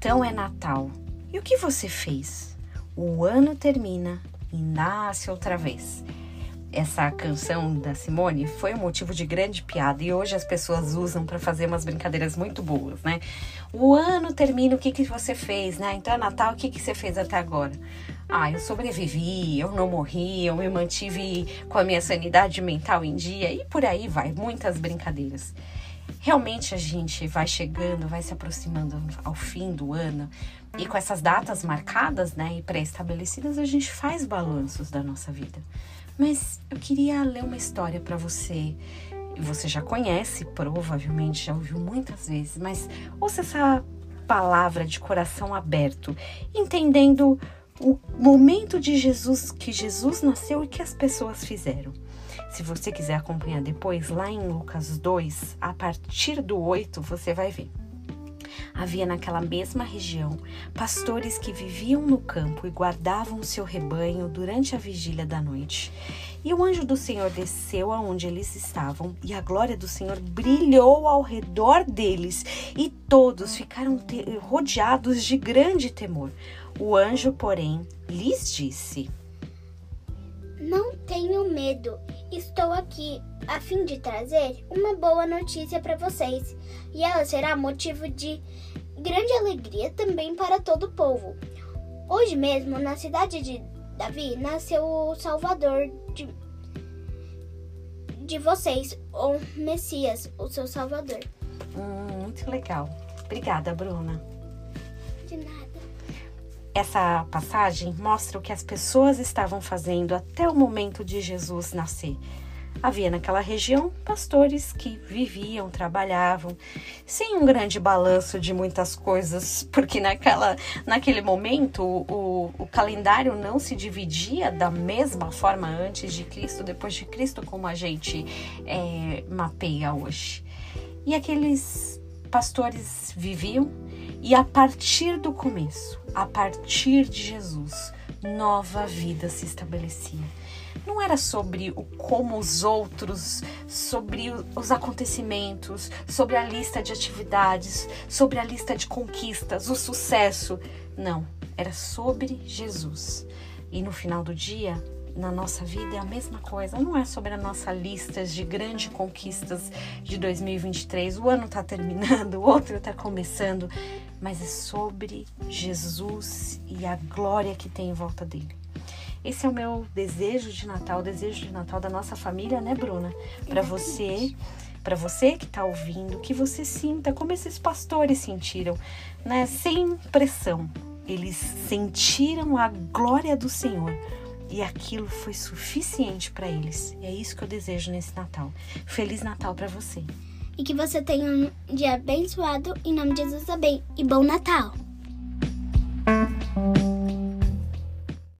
Então é Natal. E o que você fez? O ano termina e nasce outra vez. Essa canção da Simone foi um motivo de grande piada e hoje as pessoas usam para fazer umas brincadeiras muito boas, né? O ano termina, o que você fez, né? Então é Natal, o que você fez até agora? Eu sobrevivi, eu não morri, eu me mantive com a minha sanidade mental em dia e por aí vai, muitas brincadeiras. Realmente a gente vai chegando, vai se aproximando ao fim do ano e com essas datas marcadas, né, e pré-estabelecidas, a gente faz balanços da nossa vida. Mas eu queria ler uma história para você. Você já conhece, provavelmente já ouviu muitas vezes, mas ouça essa palavra de coração aberto, entendendo o momento de Jesus, que Jesus nasceu e que as pessoas fizeram. Se você quiser acompanhar depois, lá em Lucas 2, a partir do 8, você vai ver. Havia naquela mesma região pastores que viviam no campo e guardavam seu rebanho durante a vigília da noite. E o anjo do Senhor desceu aonde eles estavam e a glória do Senhor brilhou ao redor deles e todos ficaram rodeados de grande temor. O anjo, porém, lhes disse: Não tenham medo, estou aqui a fim de trazer uma boa notícia para vocês, e ela será motivo de grande alegria também para todo o povo. Hoje mesmo, na cidade de Davi, nasceu o Salvador de vocês, o Messias, o seu Salvador. Muito legal. Obrigada, Bruna. De nada. Essa passagem mostra o que as pessoas estavam fazendo até o momento de Jesus nascer. Havia naquela região pastores que viviam, trabalhavam, sem um grande balanço de muitas coisas, porque naquele momento o calendário não se dividia da mesma forma antes de Cristo, depois de Cristo, como a gente mapeia hoje. E aqueles pastores viviam e a partir do começo, a partir de Jesus, nova vida se estabelecia. Não era sobre o como os outros, sobre os acontecimentos, sobre a lista de atividades, sobre a lista de conquistas, o sucesso. Não, era sobre Jesus. E no final do dia, na nossa vida é a mesma coisa. Não é sobre a nossa lista de grandes conquistas de 2023. O ano está terminando, o outro está começando. Mas é sobre Jesus e a glória que tem em volta dele. Esse é o meu desejo de Natal, o desejo de Natal da nossa família, né, Bruna? Para você que está ouvindo, que você sinta como esses pastores sentiram, né? Sem pressão. Eles sentiram a glória do Senhor e aquilo foi suficiente para eles. E é isso que eu desejo nesse Natal. Feliz Natal para você. E que você tenha um dia abençoado, em nome de Jesus, amém. E bom Natal!